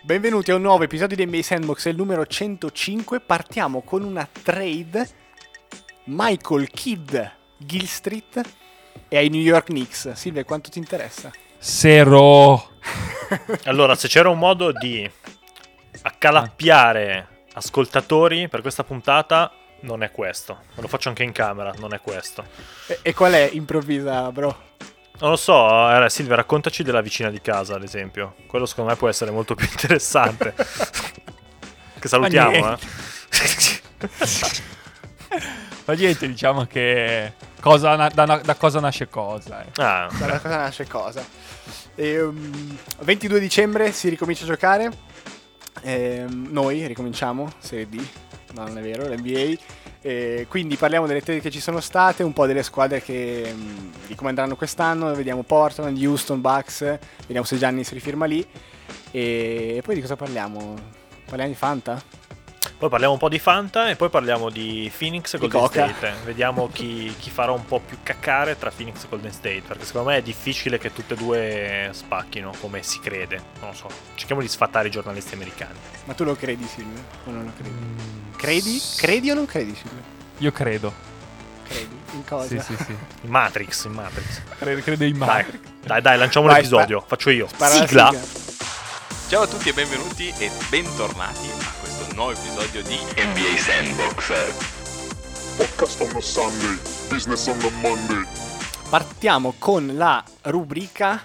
Benvenuti a un nuovo episodio di NBA Sandbox, è il numero 105. Partiamo con una trade. Michael Kidd Gilchrist e ai New York Knicks. Silvia, quanto ti interessa? Zero. Allora, se c'era un modo di accalappiare ascoltatori per questa puntata, non è questo. Me lo faccio anche in camera, non è questo. E qual è, improvvisa, bro? Non lo so, Silvia, raccontaci della vicina di casa, ad esempio. Quello secondo me può essere molto più interessante. Che salutiamo, Ma niente, diciamo che da cosa nasce cosa. Da cosa nasce cosa. 22 dicembre si ricomincia a giocare. Noi ricominciamo, Serie D, no, non è vero, l'NBA. Quindi parliamo delle trade che ci sono state, un po' delle squadre di come andranno quest'anno. Vediamo Portland, Houston, Bucks, vediamo se Giannis si rifirma lì. E poi di cosa parliamo? Parliamo di Fanta? Poi parliamo un po' di Fanta e poi parliamo di Phoenix e Golden Coca. State. Vediamo chi farà un po' più caccare tra Phoenix e Golden State, perché secondo me è difficile che tutte e due spacchino come si crede. Non lo so, cerchiamo di sfatare i giornalisti americani. Ma tu lo credi, Silvio? O non lo credi? Credi? Credi o non credi, Silvio? Io credo. Credi? In cosa? Sì. In Matrix. Credo in Matrix. Dai, lanciamo l'episodio. Faccio io. Spara la Sigla. Ciao a tutti e benvenuti e bentornati a questo nuovo episodio di NBA Sandbox. Podcast on a Sunday, business on a Monday. Partiamo con la rubrica.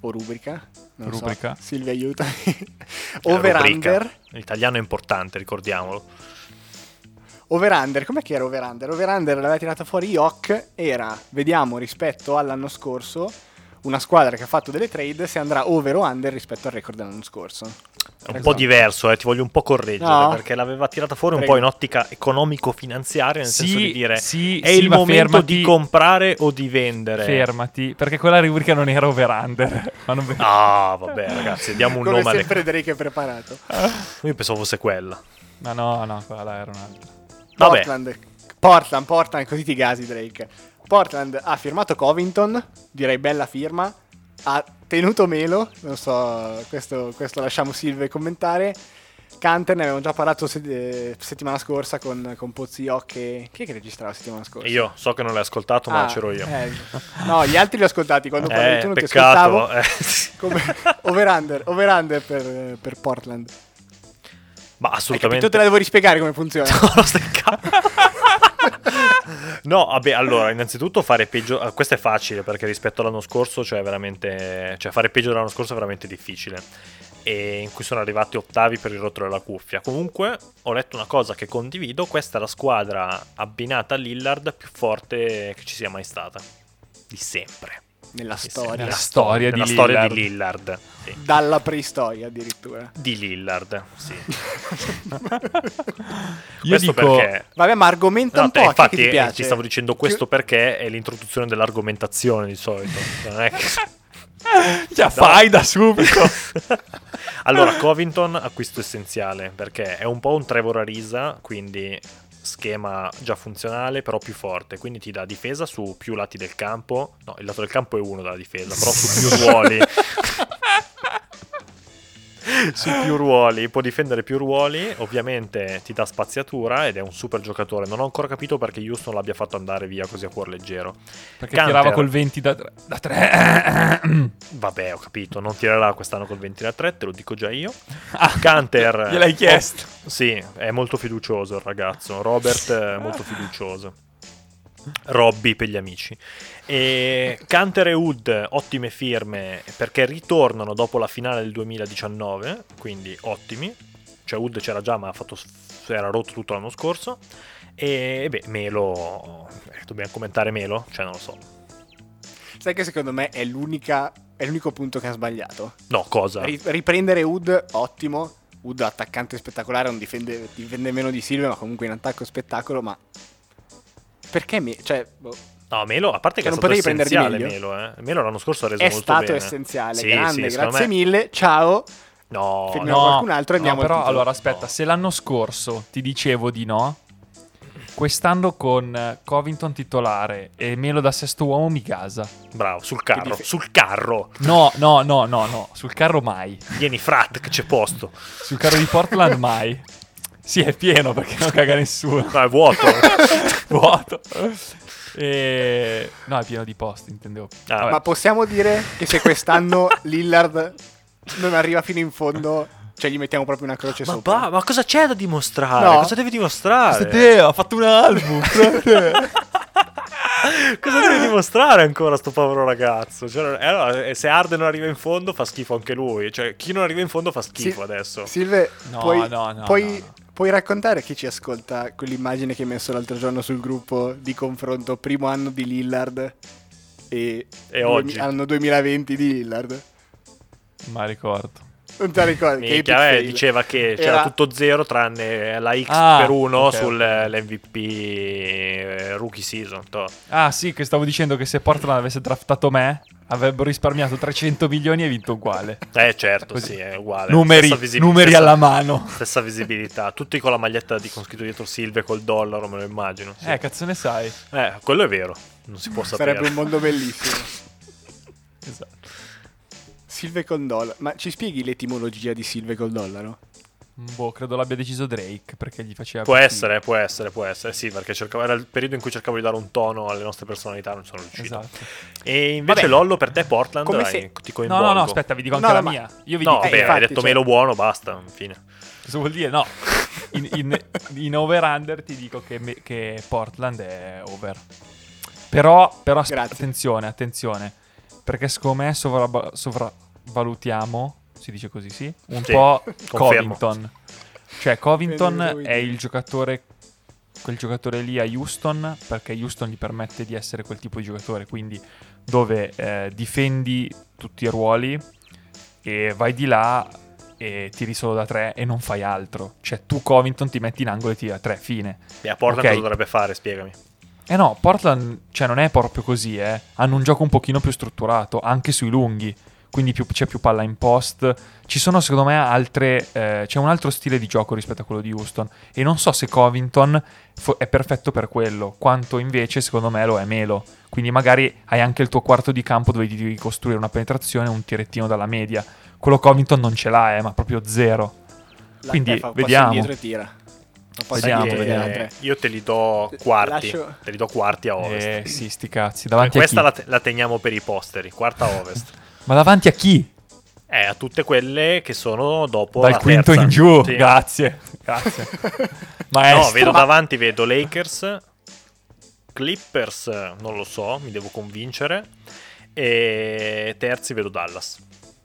Non Rubrica? so. Silvia, aiutami. La Over-under. rubrica. L'italiano è importante, ricordiamolo. Over-under, com'è che era over-under? Over-under l'aveva tirata fuori Yok. Era, vediamo rispetto all'anno scorso, una squadra che ha fatto delle trade se andrà over o under rispetto al record dell'anno scorso. È un po' diverso, ti voglio un po' correggere, No. perché l'aveva tirata fuori Prego. un po' in ottica economico-finanziaria, nel senso di dire sì, è il ma momento fermati, di comprare o di vendere. Fermati, perché quella rubrica non era over-under. Ma non Ah, vabbè, ragazzi, diamo un Come nome alle sempre Drake è preparato. Io pensavo fosse quella. Ma no, quella era un'altra. Vabbè. Portland, così ti gasi Drake. Portland ha firmato Covington, direi bella firma. Ha tenuto Melo, non so, questo lasciamo Silve commentare. Canter, ne avevamo già parlato settimana scorsa con Poziok. Chi è che registrava settimana scorsa? Io so che non l'hai ascoltato, ma c'ero io. No, gli altri li ho ascoltati, quando parlavi tu non ti Peccato. ascoltavo. Come over-under per Portland. Ma Hai assolutamente. capito? Te la devo rispiegare come funziona. No, stai No, vabbè, allora, innanzitutto fare peggio. Questo è facile perché rispetto all'anno scorso, cioè veramente. Cioè, fare peggio dell'anno scorso è veramente difficile. E in cui sono arrivati ottavi per il rotolo della cuffia. Comunque, ho letto una cosa che condivido: questa è la squadra abbinata a Lillard più forte che ci sia mai stata. Di sempre. Nella Nella storia. storia Di Lillard. Sì. Dalla preistoria addirittura. Di Lillard, sì. Io Questo dico, perché. Vabbè, ma argomenta un po', infatti che ti piace. ti stavo dicendo questo perché è l'introduzione dell'argomentazione di solito. Non è che. già fai da subito. Allora, Covington acquisto essenziale perché è un po' un Trevor Ariza, quindi schema già funzionale però più forte, quindi ti dà difesa su più lati del campo. No, il lato del campo è uno della difesa, però su più ruoli. Su più ruoli, può difendere più ruoli, ovviamente ti dà spaziatura ed è un super giocatore. Non ho ancora capito perché Houston l'abbia fatto andare via così a cuor leggero. Perché Canter, tirava col 20 da 3. Vabbè, ho capito, non tirerà quest'anno col 20 da 3, te lo dico già io. Canter Gliel'hai chiesto. Sì, è molto fiducioso il ragazzo. Robert è molto fiducioso. Robby per gli amici. E Canter e Wood ottime firme perché ritornano dopo la finale del 2019, quindi ottimi. Cioè Wood c'era già ma era rotto tutto l'anno scorso. E beh, Melo, dobbiamo commentare Melo? Cioè non lo so. Sai che secondo me è l'unico punto che ha sbagliato. No, cosa? Riprendere Wood, ottimo. Wood attaccante spettacolare, non difende meno di Silva, ma comunque in attacco spettacolo, ma perché No, Melo, a parte che non è stato potevi prendere di essenziale meglio? Melo, Melo l'anno scorso ha reso è molto stato bene. essenziale, Sì, grande, sì, secondo grazie me. mille, ciao. No, Fermiamo qualcun altro e andiamo al però titolo. allora aspetta, No. se l'anno scorso ti dicevo di no, quest'anno con Covington titolare e Melo da sesto uomo mi gasa. Bravo, sul carro. No, sul carro mai. Vieni frat che c'è posto. Sul carro di Portland mai. Sì, è pieno perché non caga nessuno. No, è vuoto. Vuoto. No, è pieno di posti, intendevo. Ah, Ma possiamo dire che se quest'anno Lillard non arriva fino in fondo, cioè gli mettiamo proprio una croce sopra? ma cosa c'è da dimostrare? No. Cosa devi dimostrare? Te, ha fatto un album. Cosa deve dimostrare ancora sto povero ragazzo? Cioè, allora, se Harden non arriva in fondo fa schifo anche lui. Cioè, chi non arriva in fondo fa schifo adesso. Silve, No, puoi raccontare a chi ci ascolta quell'immagine che hai messo l'altro giorno sul gruppo di confronto primo anno di Lillard e oggi? anno 2020 di Lillard? Ma ricordo. Non te la ricordi? Che Minchia, epic fail. diceva che c'era tutto zero tranne la X per 1 ok, sull'MVP rookie season. Ah sì, che stavo dicendo che se Portland avesse draftato me avrebbero risparmiato 300 milioni e vinto uguale. Certo, Così. sì, è uguale. Numeri alla mano. Stessa visibilità. Tutti con la maglietta con scritto dietro Silve col dollaro, me lo immagino. Sì. Cazzo ne sai? Quello è vero. Non si può sapere. Sarebbe un mondo bellissimo. Esatto. Silve col dollaro. Ma ci spieghi l'etimologia di Silve col dollaro? Boh, credo l'abbia deciso Drake perché gli faceva Può più essere. Sì, perché era il periodo in cui cercavo di dare un tono alle nostre personalità, non sono riuscito. Esatto. E invece Vabbè. Lollo per te Portland Come dai, se- ti coinvolgo. No, aspetta, vi dico anche No, la ma- mia. Io vi No, dico, vabbè, hai infatti, detto cioè- melo buono, basta, infine. cosa vuol dire? No, in over-under ti dico che Portland è over. Però Grazie. attenzione, perché secondo me sovravalutiamo, si dice così, sì? Un Sì, po' confermo. Covington. Cioè Covington Vedo è il giocatore, quel giocatore lì a Houston, perché Houston gli permette di essere quel tipo di giocatore, quindi dove difendi tutti i ruoli e vai di là e tiri solo da 3 e non fai altro. Cioè tu Covington ti metti in angolo e tiri da 3, fine. E a Portland Ok. cosa dovrebbe fare? Spiegami. No, Portland, cioè non è proprio così, hanno un gioco un pochino più strutturato, anche sui lunghi, quindi c'è più palla in post, ci sono secondo me c'è un altro stile di gioco rispetto a quello di Houston, e non so se Covington è perfetto per quello, quanto invece secondo me lo è Melo, quindi magari hai anche il tuo quarto di campo dove devi costruire una penetrazione, un tirettino dalla media, quello Covington non ce l'ha, ma proprio zero, quindi Fa un passo vediamo. indietro e tira. Un passo Vediamo, indietro e tira da vediamo. 3. Io te li do quarti. Lascio- Te li do quarti a ovest. Sì, sti cazzi, davanti a chi? Questa la teniamo per i posteri. Quarta a ovest. Ma davanti a chi? A tutte quelle che sono dopo Dal la quinto terza. in giù, Sì. grazie. Maestro. No, vedo davanti, vedo Lakers, Clippers, non lo so, mi devo convincere. E terzi vedo Dallas.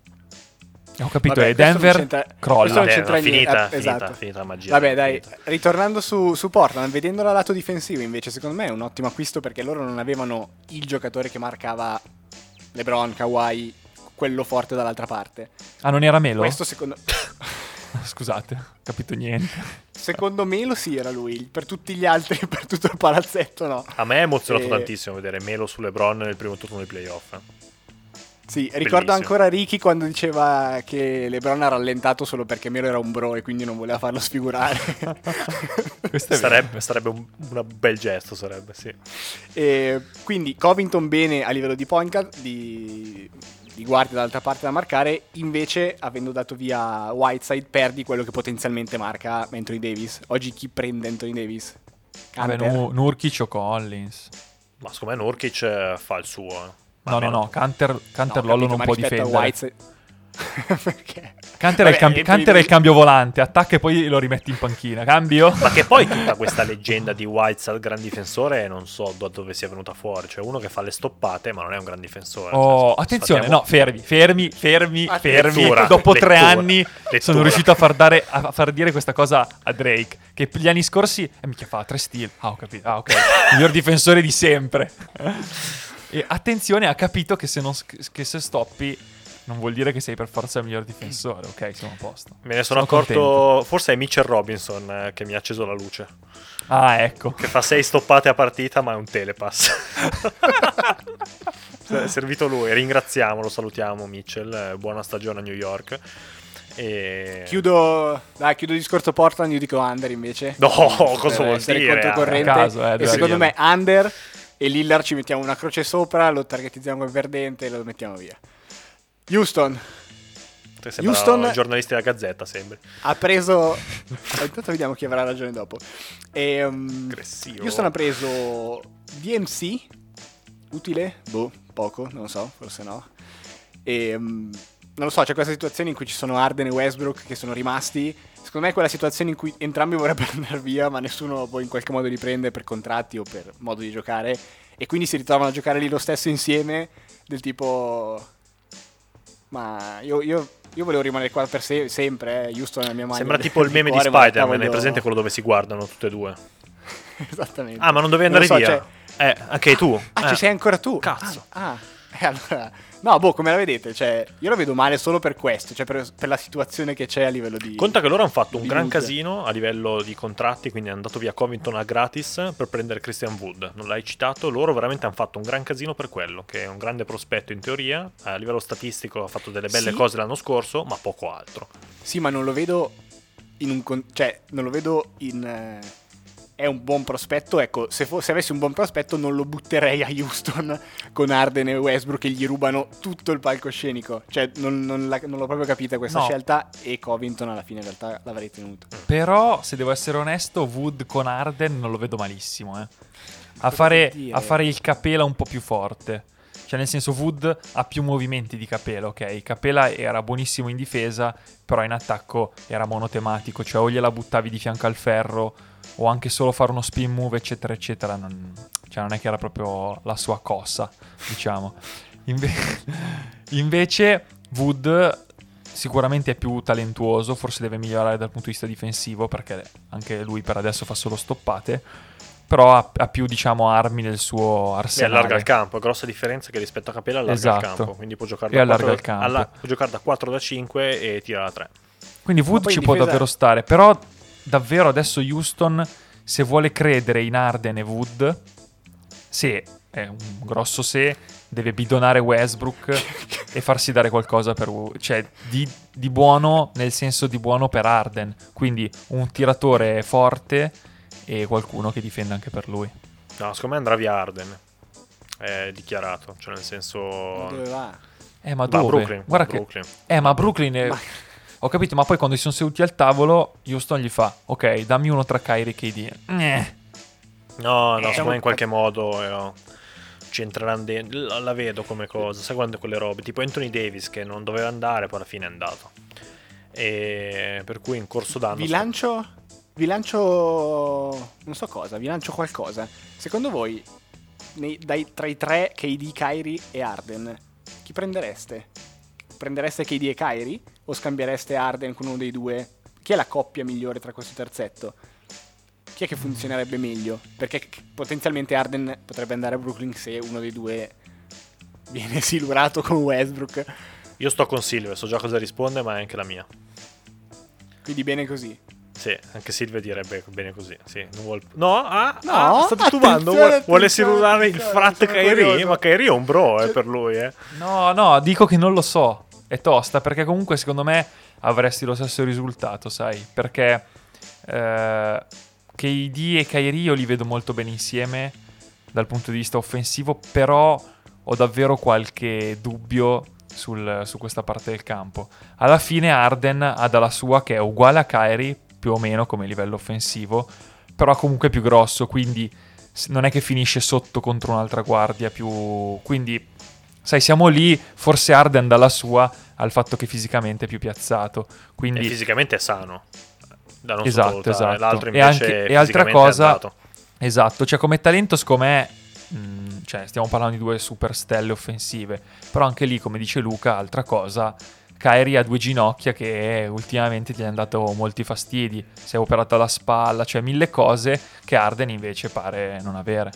Ho capito, Vabbè, e questo non Denver c'entra- questo crolla. non c'entra Finita, niente. Esatto. finita la magia. Vabbè, dai, finita. ritornando su Portland, vedendo dal lato difensivo, invece, secondo me è un ottimo acquisto perché loro non avevano il giocatore che marcava LeBron, Kawhi, quello forte dall'altra parte. Ah, non era Melo? Questo secondo Scusate, ho capito niente. secondo me lo sì era lui, per tutti gli altri, per tutto il palazzetto no. A me è emozionato Eh, tantissimo vedere Melo su LeBron nel primo turno dei playoff. Sì, ricordo Bellissimo. ancora Ricky quando diceva che LeBron ha rallentato solo perché Melo era un bro e quindi non voleva farlo sfigurare. Questo è vero. Sarebbe un bel gesto, sarebbe, sì. E quindi Covington bene a livello di point guard, di guardia dall'altra parte da marcare, invece avendo dato via Whiteside perdi quello che potenzialmente marca Anthony Davis. Oggi chi prende Anthony Davis? Vabbè, Canter? Nurkic o Collins. Ma secondo me Nurkic fa il suo. No, Canter No, Lollo capito, non ma può rispetto a difendere. Whiteside... Perché? Canter, Vabbè, è il Anthony Canter è il cambio volante, attacca e poi lo rimetti in panchina. Cambio? Ma che poi tutta questa leggenda di Whiteside gran difensore non so da dove sia venuta fuori. Cioè uno che fa le stoppate ma non è un gran difensore. Oh, Nel senso, attenzione, sappiamo- no, fermi. Lettura, Dopo 3 lettura, anni lettura. sono riuscito a far dire questa cosa a Drake, che gli anni scorsi minchia fa 3 steal. Ah, ho capito. Ah, ok. Miglior difensore di sempre. E attenzione, ha capito che che se stoppi non vuol dire che sei per forza il miglior difensore. Ok, siamo a posto. Me ne sono accorto, contento. forse è Mitchell Robinson che mi ha acceso la luce. Ah, ecco. Che fa 6 stoppate a partita ma è un telepass. È servito lui, ringraziamolo, salutiamo Mitchell, buona stagione a New York. Chiudo il discorso Portland, io dico under invece. No, Per cosa vuol essere dire? controcorrente. A caso, e deve secondo me dirlo. under, e Lillard ci mettiamo una croce sopra, lo targetizziamo come perdente e lo mettiamo via. Houston Te sembra Houston- un giornalista della Gazzetta, sembri. ha preso intanto vediamo chi avrà ragione dopo. Aggressivo. Houston ha preso DMC, utile? Boh, poco, non lo so, forse no. Non lo so, c'è questa situazione in cui ci sono Harden e Westbrook che sono rimasti. Secondo me è quella situazione in cui entrambi vorrebbero andare via, ma nessuno poi in qualche modo li prende per contratti o per modo di giocare. E quindi si ritrovano a giocare lì lo stesso insieme, del tipo... Ma io volevo rimanere qua per sempre, Houston è la mia maglia. Sembra tipo il meme di cuore, ma in realtà Spider-Man, è voglio- presente quello dove si guardano tutte e due? Esattamente. Ah, ma non dovevi Non andare lo so, via? cioè- Anche tu? ci sei ancora tu? Cazzo. Allora... No, boh, come la vedete? Cioè, io la vedo male solo per questo, cioè per la situazione che c'è a livello di... Conta che loro hanno fatto un di gran Wood. casino a livello di contratti, quindi è andato via Covington a gratis per prendere Christian Wood. Non l'hai citato? Loro veramente hanno fatto un gran casino per quello, che è un grande prospetto in teoria. A livello statistico ha fatto delle belle Sì. cose l'anno scorso, ma poco altro. Sì, ma non lo vedo in un... cioè, non lo vedo in... È un buon prospetto, ecco, se avessi un buon prospetto non lo butterei a Houston con Harden e Westbrook che gli rubano tutto il palcoscenico. Cioè, non l'ho proprio capita questa No. scelta e Covington alla fine in realtà l'avrei tenuto. Però, se devo essere onesto, Wood con Harden non lo vedo malissimo, A Cosa fare, vuol dire? a fare il Capela un po' più forte. Cioè, nel senso, Wood ha più movimenti di Capela, ok? Capela era buonissimo in difesa, però in attacco era monotematico. Cioè, o gliela buttavi di fianco al ferro, o anche solo fare uno spin move, eccetera, eccetera. Non è che era proprio la sua cosa, diciamo. Invece, Wood sicuramente è più talentuoso, forse deve migliorare dal punto di vista difensivo, perché anche lui per adesso fa solo stoppate. Però ha più, diciamo, armi nel suo E arsenale. allarga il campo, grossa differenza che rispetto a Capella allarga Esatto. il campo, quindi può giocare E da allarga 4 il campo. può giocare da 4 da 5 e tira da 3. Quindi Ma Wood poi ci in può difesa- davvero stare. Però davvero adesso Houston, se vuole credere in Harden e Wood, se è un grosso se, deve bidonare Westbrook e farsi dare qualcosa per Wood. Cioè di buono, nel senso di buono per Harden. Quindi un tiratore forte e qualcuno che difenda anche per lui. No, secondo me andrà via Harden. È dichiarato, cioè nel senso... Dove va? Ma Va a dove? Brooklyn. Guarda va a che... Brooklyn. Ma Brooklyn è... Ma- Ho capito, ma poi quando si sono seduti al tavolo, Houston gli fa: ok, dammi uno tra Kyrie e KD. No, secondo diciamo- me in qualche modo ci entreranno dentro. La vedo come cosa. Sai quando quelle robe? Tipo Anthony Davis che non doveva andare, poi alla fine è andato. E per cui in corso d'anno... Vi lancio non so cosa, vi lancio qualcosa. Secondo voi tra i tre, KD, Kyrie e Harden, chi prendereste? Prendereste KD e Kyrie o scambiereste Harden con uno dei due? Chi è la coppia migliore tra questo terzetto? Chi è che funzionerebbe meglio? Perché potenzialmente Harden potrebbe andare a Brooklyn se uno dei due viene silurato con Westbrook. Io sto con Silvio, so già cosa risponde, ma è anche la mia. Quindi bene così. Sì, anche Silvio direbbe bene così. Sì, non vuol... No, No, sta titubando. attenzione, Vuole attenzione, silurare il attenzione, frat sono Kyrie, curioso. ma Kyrie è un bro per lui, No, dico che non lo so. È tosta, perché comunque secondo me avresti lo stesso risultato, sai? Perché KD e Kyrie io li vedo molto bene insieme dal punto di vista offensivo, però ho davvero qualche dubbio su questa parte del campo. Alla fine Harden ha dalla sua che è uguale a Kyrie, più o meno come livello offensivo, però comunque più grosso, quindi non è che finisce sotto contro un'altra guardia più... Quindi, sai, siamo lì, forse Harden dalla sua al fatto che fisicamente è più piazzato. Quindi... E fisicamente è sano. Da non Esatto, sottovalutare. esatto. L'altro E invece anche- e altra fisicamente cosa- è andato. Esatto, cioè come talento secondo me, cioè stiamo parlando di due super stelle offensive, però anche lì, come dice Luca, altra cosa, Kyrie ha due ginocchia che ultimamente ti hanno dato molti fastidi, si è operato alla spalla, cioè mille cose che Harden invece pare non avere.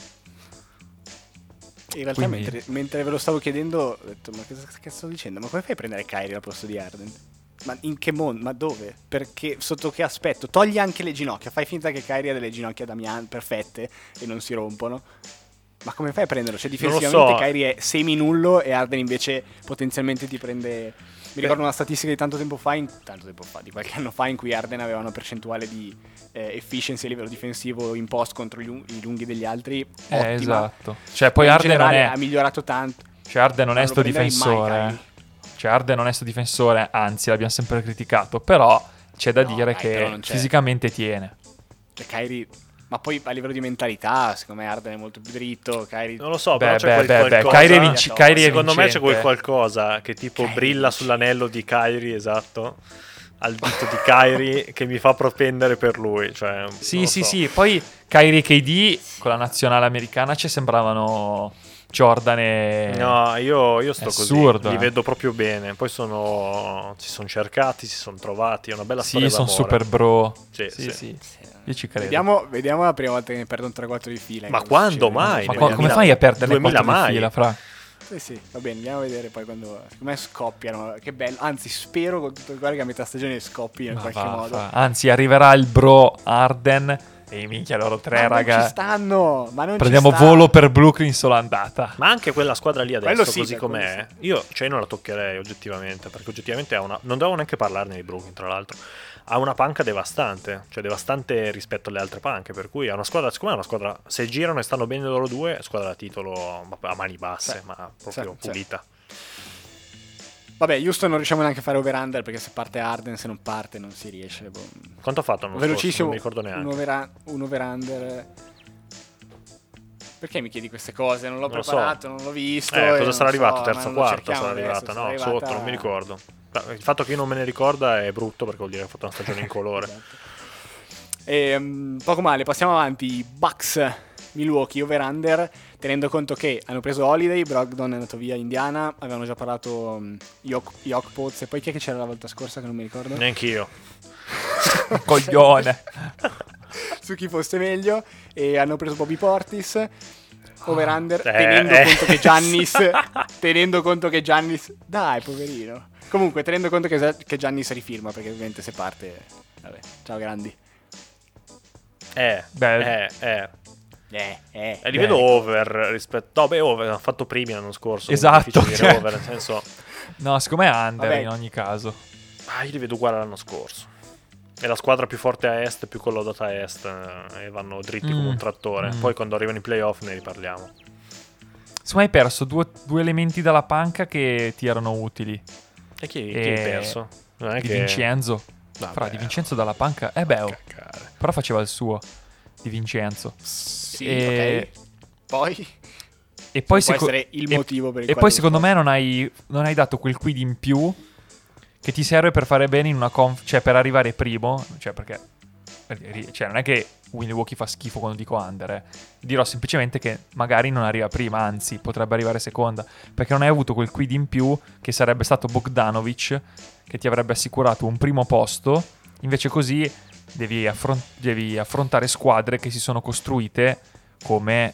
In realtà Quindi- mentre ve lo stavo chiedendo ho detto ma che sto dicendo? Ma come fai a prendere Kyrie al posto di Harden? Ma in che mondo? Ma dove? Perché sotto che aspetto? Togli anche le ginocchia, fai finta che Kyrie ha delle ginocchia perfette e non si rompono. Ma come fai a prenderlo? Cioè Non lo difensivamente so. Kyrie è semi nullo e Harden invece potenzialmente ti prende Mi ricordo una statistica di tanto tempo fa, di qualche anno fa, in cui Harden aveva una percentuale di efficiency a livello difensivo in post contro i lunghi degli altri ottima. Esatto. Cioè poi In Harden non generale è... ha migliorato tanto. Cioè Harden non è Non sto lo prenderei mai, difensore. Kyrie. Cioè Harden non è sto difensore, anzi l'abbiamo sempre criticato, però c'è da No, dire dai, però che non c'è. fisicamente tiene. Cioè Kyrie, ma poi a livello di mentalità, secondo me Harden è molto più dritto. Kyrie, Non lo so, però c'è quel beh, qualcosa. Kyrie è Secondo me c'è quel vincente. qualcosa che tipo Kyrie brilla vince. sull'anello di Kyrie, esatto, al dito di Kyrie, che mi fa propendere per lui. Cioè, Sì, non sì, so. sì. Poi Kyrie e KD con la nazionale americana ci sembravano Jordan e... No, io sto assurdo, così, li eh. vedo proprio bene. Poi si sono cercati, si sono trovati, è una bella Sì, storia sono d'amore. super bro. Sì, Sì, sì. sì. Io ci credo. vediamo la prima volta che ne perdo un 3-4 di fila. Ma cosa quando succede. mai? Ma nel come 2000 fai a perderne 2000 4 di mai? fila, fra? Sì, va bene, andiamo a vedere poi quando... Secondo me scoppiano, che bello. Anzi, spero con tutto il cuore che a metà stagione scoppi in Ma qualche va, modo. anzi, arriverà il bro Harden e minchia loro tre, Ma non raga. ci stanno, ma non Prendiamo ci sta. volo per Brooklyn solo andata. Ma anche quella squadra lì adesso, Quello sì, così quello com'è, sì. io non la toccherei oggettivamente, perché oggettivamente ha una... Non devo neanche parlarne di Brooklyn, tra l'altro. Ha una panca devastante, cioè devastante rispetto alle altre panche, per cui è una squadra, siccome è una squadra, se girano e stanno bene loro due, è squadra da titolo a mani basse, Sì. ma proprio Sì, sì. pulita. Vabbè, Houston non riusciamo neanche a fare over-under, perché se parte Harden, se non parte non si riesce. Boh. Quanto ha fatto l'anno scorso? Velocissimo, Non mi ricordo neanche. un over-under. Perché mi chiedi queste cose? Non l'ho Non lo so. preparato, non l'ho visto. Cosa non sarà so, arrivato? ma Terzo, non lo quarto cerchiamo sarà adesso, arrivata? No, sarà sotto, arrivata- non mi ricordo. Il fatto che io non me ne ricorda è brutto, perché vuol dire che ha fatto una stagione in colore. Esatto. Poco male, passiamo avanti. Bucks, Milwaukee, over-under. Tenendo conto che hanno preso Holiday, Brogdon è andato via a Indiana. Avevano già parlato Jokpoz. E poi chi è che c'era la volta scorsa che non mi ricordo? Neanch'io. Coglione. Su chi fosse meglio. E hanno preso Bobby Portis. Over-under, tenendo conto che Giannis, dai poverino, comunque tenendo conto che Giannis rifirma, perché ovviamente se parte, vabbè, ciao grandi. Li vedo over rispetto... No, beh, over, hanno fatto primi l'anno scorso. Esatto, Difficile dire cioè. over, nel senso... No, secondo me è under Vabbè. in ogni caso. Io li vedo uguali all'anno scorso. È la squadra più forte a est, più collaudata a est, e vanno dritti come un trattore. Poi quando arrivano i playoff ne riparliamo. Secondo me hai perso due elementi dalla panca che ti erano utili. E chi hai perso? Non è Di che... Vincenzo. Vabbè. Fra, Di Vincenzo dalla panca. Caccare. Però faceva il suo. Di Vincenzo. Sì, E- ok. Poi E poi, può essere il motivo per il e quale poi secondo me non hai dato quel quid in più che ti serve per fare bene in una cioè per arrivare primo, cioè perché non è che Milwaukee fa schifo quando dico under, eh. Dirò semplicemente che magari non arriva prima, anzi potrebbe arrivare seconda, perché non hai avuto quel quid in più che sarebbe stato Bogdanovic, che ti avrebbe assicurato un primo posto. Invece così devi affrontare squadre che si sono costruite come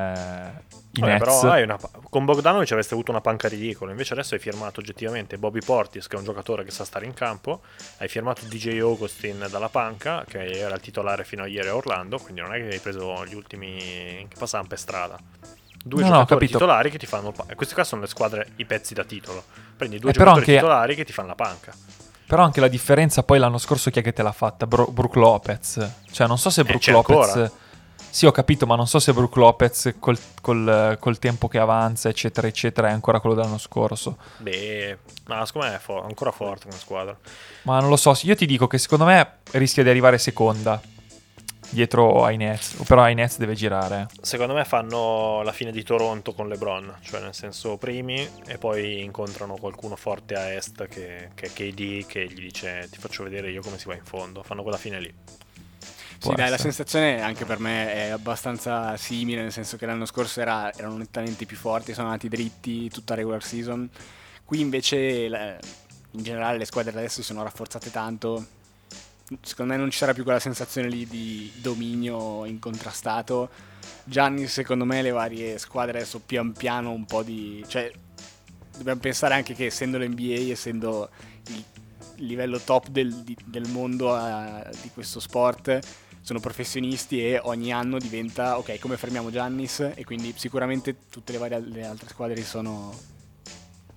i Vabbè, Nets. però con Bogdanovic avreste avuto una panca ridicola. Invece adesso hai firmato oggettivamente Bobby Portis, che è un giocatore che sa stare in campo. Hai firmato DJ Augustin dalla panca, che era il titolare fino a ieri a Orlando. Quindi non è che hai preso gli ultimi che passavano per strada. Due No, giocatori capito. titolari che ti fanno questi qua sono le squadre, i pezzi da titolo. Prendi due però giocatori anche- titolari che ti fanno la panca. Però anche la differenza poi l'anno scorso chi è che te l'ha fatta? Brook Lopez. Cioè non so se Brook c'è Lopez... ancora. Sì, ho capito, ma non so se Brook Lopez col tempo che avanza, eccetera, eccetera, è ancora quello dell'anno scorso. Beh, ma secondo me è ancora forte come squadra. Ma non lo so, io ti dico che secondo me rischia di arrivare seconda dietro ai Nets. Però ai Nets deve girare. Secondo me fanno la fine di Toronto con LeBron, cioè nel senso primi e poi incontrano qualcuno forte a est che è KD, che gli dice ti faccio vedere io come si va in fondo. Fanno quella fine lì. Sì, Può dai, la essere. sensazione anche per me è abbastanza simile, nel senso che l'anno scorso erano nettamente più forti, sono andati dritti tutta la regular season. Qui invece in generale le squadre adesso si sono rafforzate tanto. Secondo me non ci sarà più quella sensazione lì di dominio incontrastato. Giannis, secondo me le varie squadre adesso pian piano un po' di... Cioè, dobbiamo pensare anche che essendo l'NBA, essendo il livello top del mondo di questo sport, sono professionisti e ogni anno diventa ok, come fermiamo Giannis, e quindi sicuramente tutte le altre squadre si sono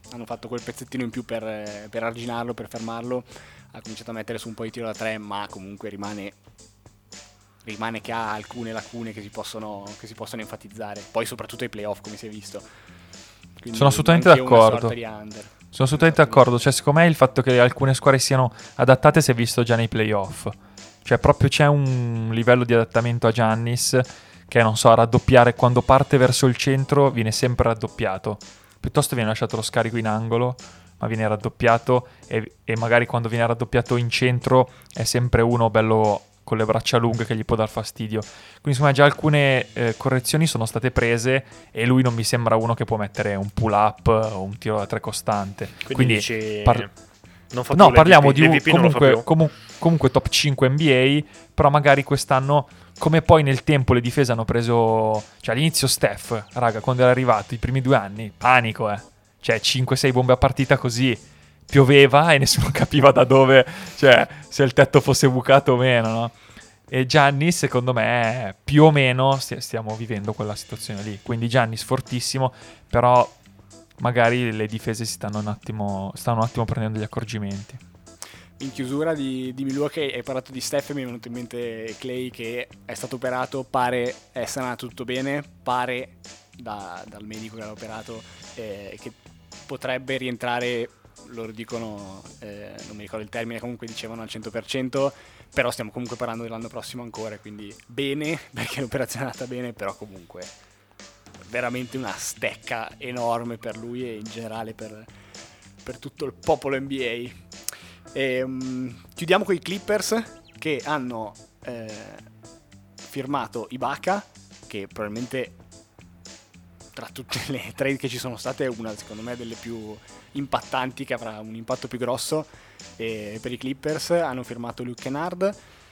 hanno fatto quel pezzettino in più per arginarlo, per fermarlo. Ha cominciato a mettere su un po' di tiro da 3, ma comunque rimane che ha alcune lacune che si possono enfatizzare, poi soprattutto ai playoff, come si è visto. Quindi sono assolutamente anche una d'accordo. sorta di under. Sono assolutamente d'accordo. Cioè, secondo me il fatto che alcune squadre siano adattate si è visto già nei playoff. Cioè, proprio c'è un livello di adattamento a Giannis che, non so, raddoppiare quando parte verso il centro viene sempre raddoppiato. Piuttosto viene lasciato lo scarico in angolo, ma viene raddoppiato, e magari quando viene raddoppiato in centro è sempre uno bello con le braccia lunghe che gli può dar fastidio. Quindi insomma già alcune correzioni sono state prese, e lui non mi sembra uno che può mettere un pull up o un tiro da 3 costante. Quindi dici, non fa no, più parliamo l'MVP di non lo fa più. comunque top 5 NBA, però magari quest'anno, come poi nel tempo le difese hanno preso, cioè all'inizio Steph, raga, quando era arrivato i primi 2 anni, panico, cioè 5-6 bombe a partita, così pioveva e nessuno capiva da dove, cioè se il tetto fosse bucato o meno, no? E Giannis, secondo me, più o meno stiamo vivendo quella situazione lì. Quindi Giannis fortissimo, però magari le difese stanno un attimo prendendo degli accorgimenti. In chiusura di Milwaukee hai parlato di Steph, mi è venuto in mente Clay che è stato operato, pare essere andato tutto bene, pare dal medico che l'ha operato che potrebbe rientrare, loro dicono, non mi ricordo il termine, comunque dicevano al 100%, però stiamo comunque parlando dell'anno prossimo ancora, quindi bene, perché l'operazione è andata bene, però comunque veramente una stecca enorme per lui e in generale per tutto il popolo NBA. Chiudiamo con i Clippers che hanno firmato Ibaka, che probabilmente tra tutte le trade che ci sono state è una, secondo me, delle più impattanti, che avrà un impatto più grosso per i Clippers. Hanno firmato Luke Kennard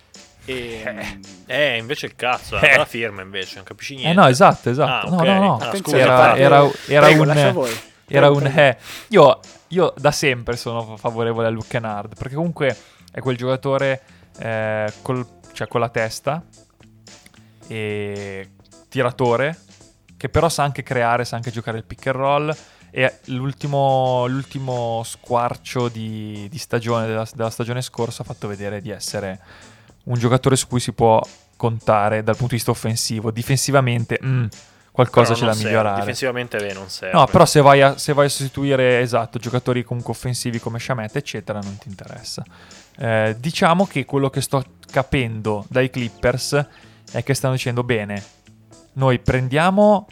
invece il cazzo la firma, invece non capisci niente. No, esatto. Okay. No. Attenzione, Era prego, un lascia a voi. Era Prego, un prego. Io da sempre sono favorevole a Luke Kennard, perché comunque è quel giocatore con la testa e tiratore, che però sa anche creare, sa anche giocare il pick and roll, e l'ultimo squarcio di stagione della stagione scorsa ha fatto vedere di essere un giocatore su cui si può contare dal punto di vista offensivo. Difensivamente qualcosa c'è da migliorare. Difensivamente non serve. No, però se vai a sostituire, esatto, giocatori comunque offensivi come Shamet, eccetera, non ti interessa. Diciamo che quello che sto capendo dai Clippers è che stanno dicendo: bene, noi prendiamo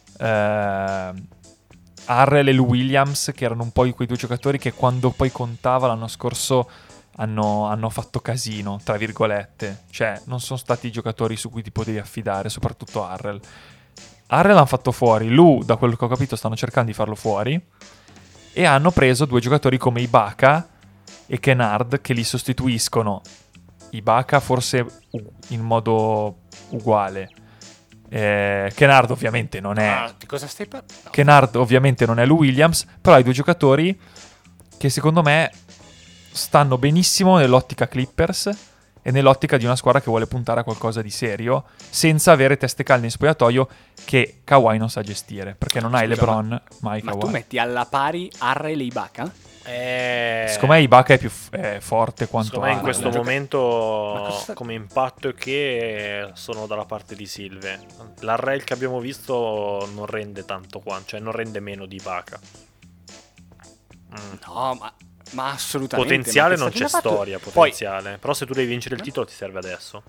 Harrell e Lou Williams, che erano un po' quei 2 giocatori che quando poi contava l'anno scorso hanno fatto casino, tra virgolette. Cioè non sono stati i giocatori su cui ti potevi affidare, soprattutto Harrell l'hanno fatto fuori. Lou, da quello che ho capito, stanno cercando di farlo fuori, e hanno preso 2 giocatori come Ibaka e Kennard che li sostituiscono. Ibaka forse in modo uguale. Kennard ovviamente non è di cosa stai parlando? No. Kennard ovviamente non è Lou Williams, però hai 2 giocatori che secondo me stanno benissimo nell'ottica Clippers e nell'ottica di una squadra che vuole puntare a qualcosa di serio senza avere teste calde in spogliatoio, che Kawhi non sa gestire, perché non hai LeBron, ma hai Ma Kawhi. tu metti alla pari Harrell e Ibaka? Secondo me Ibaka è più forte quanto secondo me in Harrell. questo Ma momento cosa- come impatto è che sono dalla parte di Silve. L'Arrel che abbiamo visto non rende tanto cioè non rende meno di Ibaka. No, ma assolutamente. Potenziale ma non che c'è stagione ha fatto? storia, potenziale. Però se tu devi vincere il titolo ti serve adesso.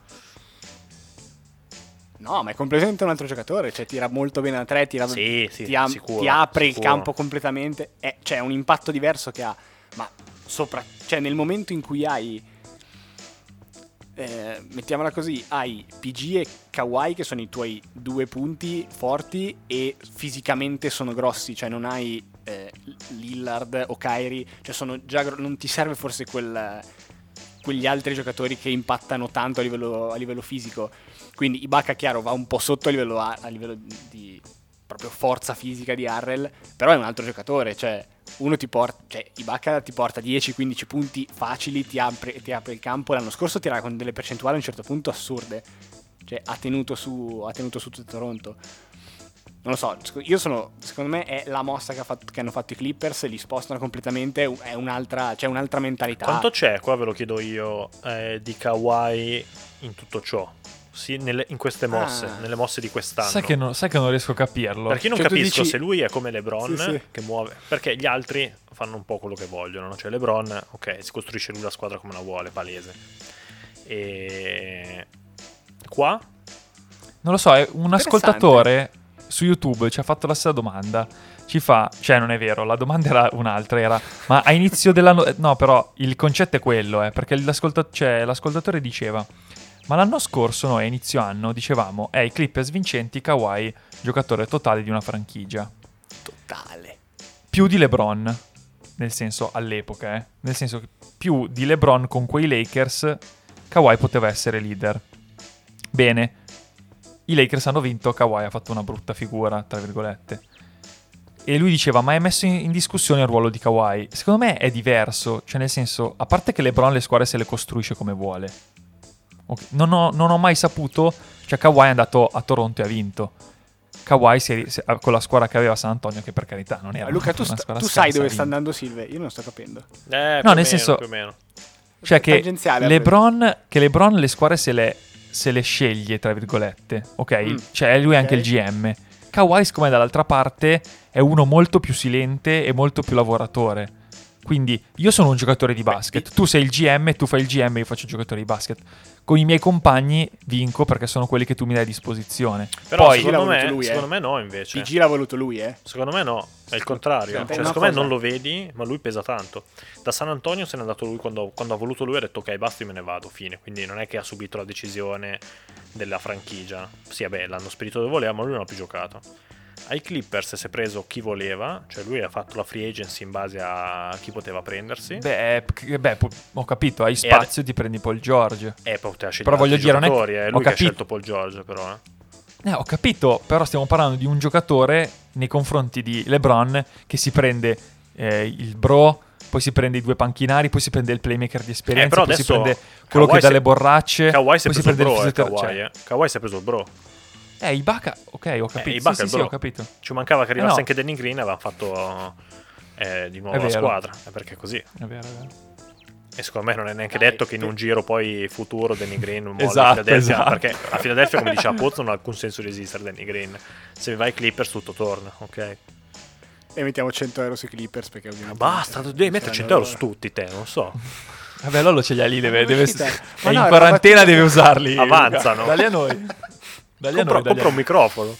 No, ma è completamente un altro giocatore, cioè tira molto bene da 3, Sì, sicuro, ti apre il sicuro. campo completamente, c'è un impatto diverso che ha, ma cioè nel momento in cui hai, mettiamola così, hai PG e Kawhi che sono i tuoi 2 punti forti e fisicamente sono grossi, cioè non hai Lillard o Kyrie, cioè sono già non ti serve forse quegli altri giocatori che impattano tanto a livello fisico. Quindi Ibaka, chiaro, va un po' sotto a livello di proprio forza fisica di Harrell, però è un altro giocatore, cioè Ibaka ti porta 10-15 punti facili, ti apre il campo. L'anno scorso tirava con delle percentuali a un certo punto assurde, cioè ha tenuto su tutto Toronto. Non lo so, secondo me è la mossa che hanno fatto i Clippers, li spostano completamente, è un'altra mentalità. Quanto c'è, qua ve lo chiedo io, di Kawhi in tutto ciò? Sì, in queste mosse, nelle mosse di quest'anno. Sai che non riesco a capirlo. Perché io non Cioè, tu capisco dici- se lui è come LeBron, Sì. che muove. Perché gli altri fanno un po' quello che vogliono, no? Cioè LeBron, ok, si costruisce lui la squadra come la vuole, palese. E qua? Non lo so, è un Interessante. ascoltatore su YouTube ci ha fatto la stessa domanda. Ci fa, cioè non è vero, la domanda era un'altra, ma a inizio dell'anno... no, però il concetto è quello, perché l'ascoltatore diceva, ma l'anno scorso noi a inizio anno dicevamo, i Clippers vincenti, Kawhi, giocatore totale di una franchigia. Totale. Più di LeBron, nel senso all'epoca, nel senso che più di LeBron con quei Lakers, Kawhi poteva essere leader. Bene, i Lakers hanno vinto, Kawhi ha fatto una brutta figura, tra virgolette. E lui diceva, ma è messo in discussione il ruolo di Kawhi? Secondo me è diverso, cioè nel senso, a parte che LeBron le squadre se le costruisce come vuole. Okay. Non ho mai saputo, cioè Kawhi è andato a Toronto e ha vinto. Kawhi con la squadra che aveva a San Antonio, che per carità non era Luca, una squadra tu scarsa, sai dove ha sta vinto. andando Silve? Io non sto capendo. No, nel senso, più o meno. cioè che Tangenziale, LeBron le squadre se le sceglie, tra virgolette, ok? Cioè lui è anche il GM. Kawhi, siccome dall'altra parte è uno molto più silente e molto più lavoratore. Quindi io sono un giocatore di basket, tu sei il GM, tu fai il GM, io faccio il giocatore di basket. Con i miei compagni vinco perché sono quelli che tu mi dai a disposizione. Però Poi secondo l'ha voluto lui, me no, invece. PG l'ha voluto lui, Secondo me no, è il contrario. Senti, Cioè, una secondo me cosa- non lo vedi, ma lui pesa tanto. Da San Antonio se n'è andato lui quando ha voluto lui, ha detto ok, basta, io me ne vado, fine. Quindi non è che ha subito la decisione della franchigia. Sì, vabbè, l'hanno spedito dove voleva, ma lui non ha più giocato. Ai Clippers si è preso chi voleva, cioè lui ha fatto la free agency in base a chi poteva prendersi. Ho capito, hai spazio, ti prendi Paul George. Poteva scegliere Però voglio altri dire, non è giocatori, che- è ho lui che ha capito. scelto Paul George, però. Ho capito, però stiamo parlando di un giocatore nei confronti di LeBron che si prende il bro, poi si prende i due panchinari, poi si prende il playmaker di esperienza, Però poi si adesso prende quello Kawhi che dà si- le borracce, Kawhi si è poi si preso il prende bro, il fisioterapeuta. Kawhi si è preso il bro. Ibaka, ok, ho capito. Ibaka Sì, il sì, bro. ho capito. Ci mancava che arrivasse no. anche Danny Green e aveva fatto di nuovo È la vero. squadra. Perché è così. È vero, è vero. E secondo me non è neanche detto che in un giro poi futuro Danny Green molla Esatto, Philadelphia, esatto. perché a Philadelphia, come diceva Pozzo, non ha alcun senso di esistere Danny Green. Se vai ai Clippers tutto torna, ok? E mettiamo 100 euro sui Clippers perché ovviamente... Basta, devi mettere 100 euro su tutti te, non so. Vabbè, Lollo ce li ha lì, Ma è no, in era quarantena, una deve usarli. Luca. Avanzano. Dagli a noi. Dagli a noi, dagli Compra a un microfono.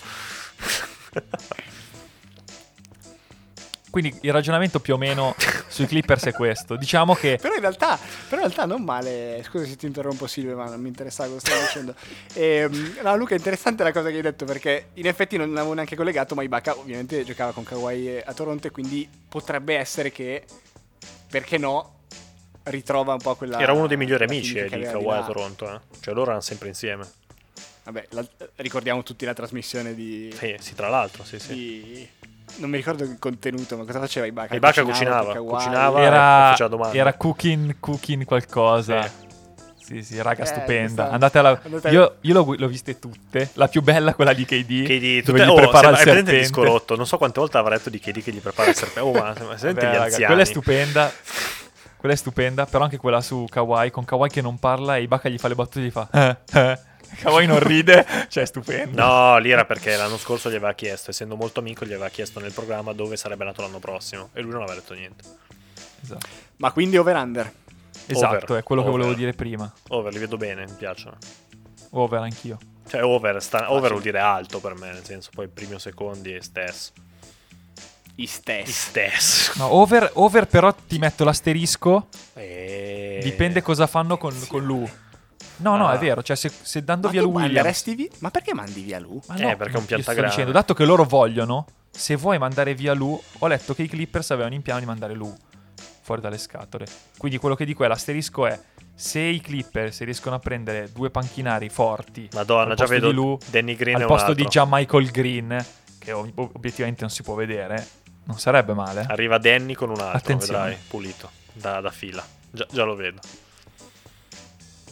Quindi il ragionamento più o meno sui Clippers è questo. Diciamo che Però in realtà non male. Scusa se ti interrompo Silvio, ma non mi interessava cosa stavi dicendo. No, Luca, è interessante la cosa che hai detto, perché in effetti non l'avevo neanche collegato, ma Ibaka ovviamente giocava con Kawhi a Toronto e quindi potrebbe essere che, perché no, ritrova un po' quella... Era uno dei migliori quella amici chimica di che Kawhi aveva a di là. Toronto. Cioè loro erano sempre insieme. Vabbè, ricordiamo tutti la trasmissione di... Sì, tra l'altro, sì. Non mi ricordo il contenuto, ma cosa faceva Ibaka? Ibaka per cucinava Kawhi? era, domande. era cooking qualcosa. Sì, raga, stupenda. questa- Andate alla... andate- Io l'ho viste tutte. La più bella è quella di KD. KD, dove gli prepara il hai presente il serpente. disco rotto? Non so quante volte avrà detto di KD che gli prepara il serpente. Ma senti Vabbè, gli raga, anziani. quella è stupenda. Quella è stupenda, però anche quella su Kawhi, con Kawhi che non parla e Ibaka gli fa le battute e gli fa Kawhi non ride, cioè è stupendo. No, lì era perché l'anno scorso gli aveva chiesto, essendo molto amico, gli aveva chiesto nel programma dove sarebbe nato l'anno prossimo e lui non aveva detto niente. Esatto, Ma quindi over-under? Esatto, è quello che over. volevo dire prima. Over, li vedo bene, mi piacciono. Over anch'io. Cioè over vuol dire alto per me, nel senso poi primi o secondi è stesso. I stessi. Stesso. No, over però ti metto l'asterisco, E... dipende cosa fanno con Lu. No, Ah. è vero, cioè se dando Ma via tu Lu Williams... manderesti via? Ma perché mandi via Lu? Ma perché è un io sto piantagrane. dicendo, dato che loro vogliono, se vuoi mandare via Lu, ho letto che i Clippers avevano in piano di mandare Lu fuori dalle scatole. Quindi quello che dico è, l'asterisco è, se i Clippers riescono a prendere due panchinari forti Madonna, al già posto vedo di Lu, Danny Green al è un posto altro. di Michael Green, che obiettivamente non si può vedere, non sarebbe male. Arriva Danny con un altro, Attenzione. vedrai, pulito, da fila. Già lo vedo.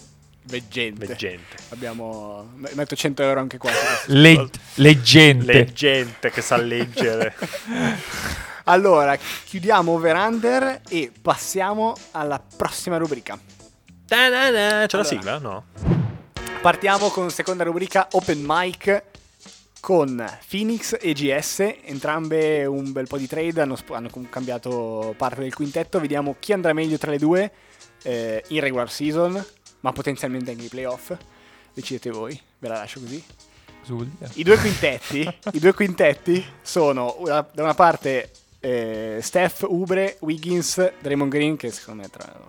Veggente. Abbiamo... Metto 100 euro anche qua. Leggente che sa leggere. Allora, chiudiamo over-under e passiamo alla prossima rubrica. C'è la sigla? No. Partiamo con seconda rubrica Open Mic con Phoenix e GS, entrambe un bel po' di trade, hanno cambiato parte del quintetto. Vediamo chi andrà meglio tra le due in regular season, ma potenzialmente anche i playoff. Decidete voi, ve la lascio così. I due quintetti sono da una parte Steph, Oubre, Wiggins, Draymond Green, che secondo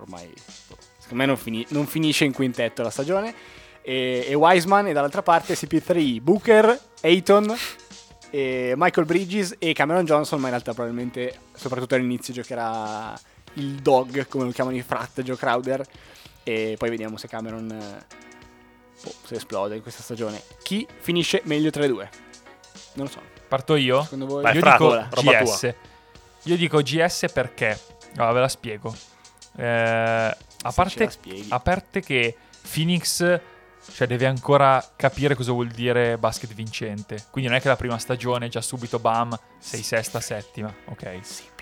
me non finisce in quintetto la stagione, e Wiseman, e dall'altra parte CP3, Booker, Ayton, Michael Bridges e Cameron Johnson, ma in realtà probabilmente soprattutto all'inizio giocherà il dog, come lo chiamano i frat, Joe Crowder, e poi vediamo se Cameron se esplode in questa stagione. Chi finisce meglio tra le due? Non lo so. Parto io? Secondo voi? Vai, Io Fra, dico roba GS. tua. Io dico GS perché? Allora, ve la spiego. A parte che Phoenix, cioè, deve ancora capire cosa vuol dire basket vincente. Quindi non è che la prima stagione già subito bam, sei sesta, settima. Ok.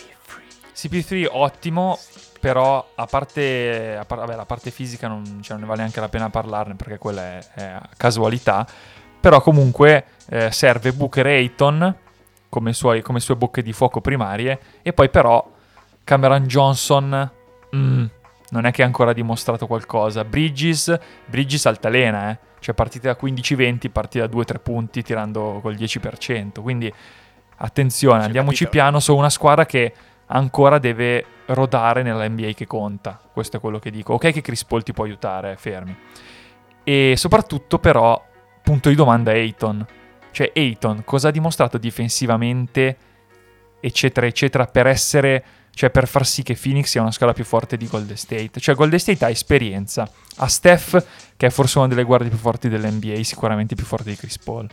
CP3 ottimo, però a parte la parte fisica non ne vale neanche la pena parlarne, perché quella è casualità. Però comunque serve Booker e Ayton come sue bocche di fuoco primarie, e poi però Cameron Johnson non è che ha ancora dimostrato qualcosa. Bridges altalena, cioè partite da 15-20, partite da 2-3 punti tirando col 10%, quindi attenzione, andiamoci piano su una squadra che ancora deve rodare nella NBA che conta. Questo è quello che dico. Ok che Chris Paul ti può aiutare, fermi. E soprattutto però punto di domanda Ayton. Cioè Ayton cosa ha dimostrato difensivamente, eccetera eccetera, per far sì che Phoenix sia una squadra più forte di Golden State. Cioè Golden State ha esperienza, ha Steph, che è forse una delle guardie più forti dell'NBA, sicuramente più forte di Chris Paul,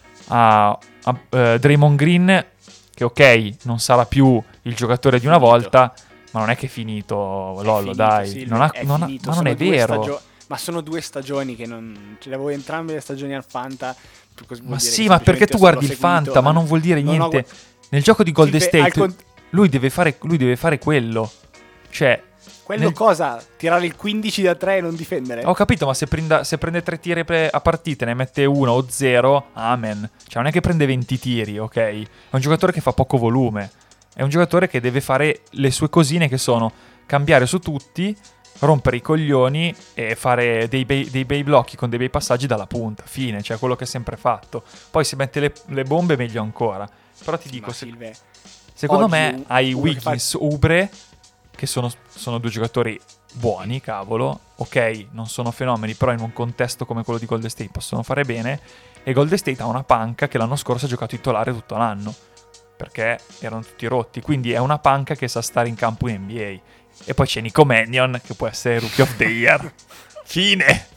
ha Draymond Green, che ok non sarà più il giocatore di una volta, ma non è che è finito, Lollo, dai, Silvio, ma non è vero. Ma sono 2 stagioni che non... Ce le avevo entrambe le stagioni al Fanta. Ma sì, ma perché tu guardi il Fanta, ma non vuol dire niente. Nel gioco di Golden State lui deve fare quello. Cioè... Quello cosa? Tirare il 15 da 3 e non difendere? Ho capito, ma se prende 3 tiri a partita, ne mette 1 o 0, amen. Cioè non è che prende 20 tiri, ok? È un giocatore che fa poco volume. È un giocatore che deve fare le sue cosine, che sono cambiare su tutti, rompere i coglioni e fare dei bei blocchi con dei bei passaggi dalla punta, fine, cioè quello che ha sempre fatto. Poi se mette le bombe meglio ancora. Però ti dico, secondo me hai Wiggins, Oubre, che sono 2 giocatori buoni, cavolo, ok, non sono fenomeni, però in un contesto come quello di Golden State possono fare bene, e Golden State ha una panca che l'anno scorso ha giocato titolare tutto l'anno, perché erano tutti rotti, quindi è una panca che sa stare in campo in NBA. E poi c'è Nico Mannion, che può essere Rookie of the Year. Fine.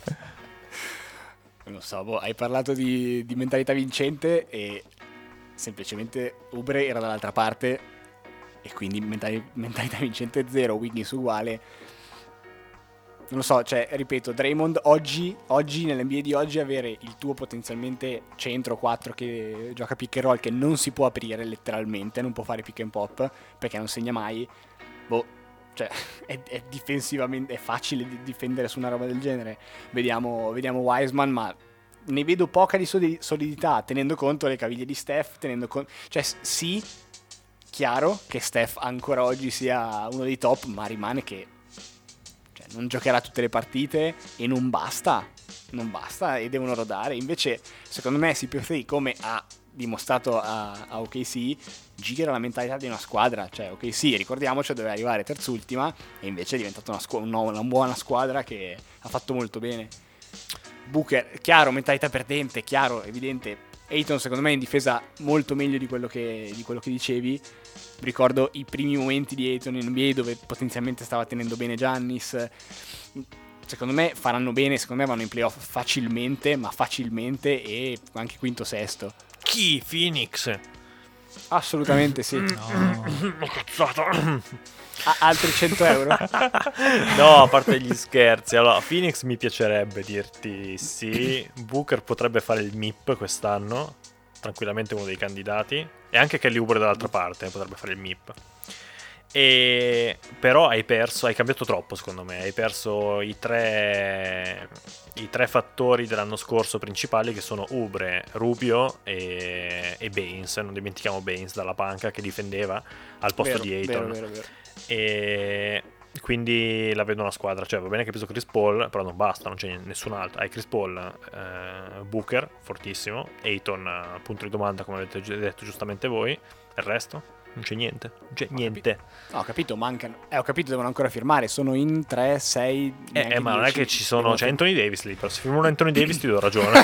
Non so, hai parlato di mentalità vincente e semplicemente Oubre era dall'altra parte e quindi mentalità vincente 0, Wiggins uguale. Non lo so, cioè, ripeto, Draymond oggi nell'NBA di oggi, avere il tuo potenzialmente centro 4 che gioca pick and roll, che non si può aprire letteralmente, non può fare pick and pop perché non segna mai, cioè è difensivamente, è facile difendere su una roba del genere. Vediamo Wiseman, ma ne vedo poca di solidità, tenendo conto le caviglie di Steph, cioè sì, chiaro che Steph ancora oggi sia uno dei top, ma rimane che non giocherà tutte le partite e non basta e devono rodare. Invece secondo me CP3, come ha dimostrato a OKC, gira la mentalità di una squadra. Cioè OKC, ricordiamoci, doveva arrivare terzultima e invece è diventata una buona squadra che ha fatto molto bene. Booker, chiaro, mentalità perdente, chiaro, evidente. Ayton secondo me in difesa molto meglio di quello che dicevi. Ricordo i primi momenti di Ayton in NBA dove potenzialmente stava tenendo bene Giannis. Secondo me faranno bene, secondo me vanno in playoff facilmente, e anche quinto sesto. Chi? Phoenix? Assolutamente sì. Ho cazzato. Altri 100 euro? No, a parte gli scherzi. Allora, Phoenix mi piacerebbe dirti sì. Booker potrebbe fare il MIP quest'anno, tranquillamente uno dei candidati. E anche Kelly Oubre dall'altra parte potrebbe fare il MIP. Però hai cambiato troppo secondo me. Hai perso i tre fattori dell'anno scorso principali, che sono Oubre, Rubio e Baines. Non dimentichiamo Baines dalla panca che difendeva al posto di Ayton. Vero. E quindi la vedo una squadra, cioè va bene che ha preso Chris Paul, però non basta, non c'è nessun altro. Hai Chris Paul, Booker fortissimo, Ayton punto di domanda come avete detto giustamente voi. Il resto non c'è niente, No, ho capito, mancano. Ho capito, devono ancora firmare. Sono in 3, 6. Ma non è che ci sono. C'è Anthony Davis lì. Però se firmano Anthony Davis ti do ragione.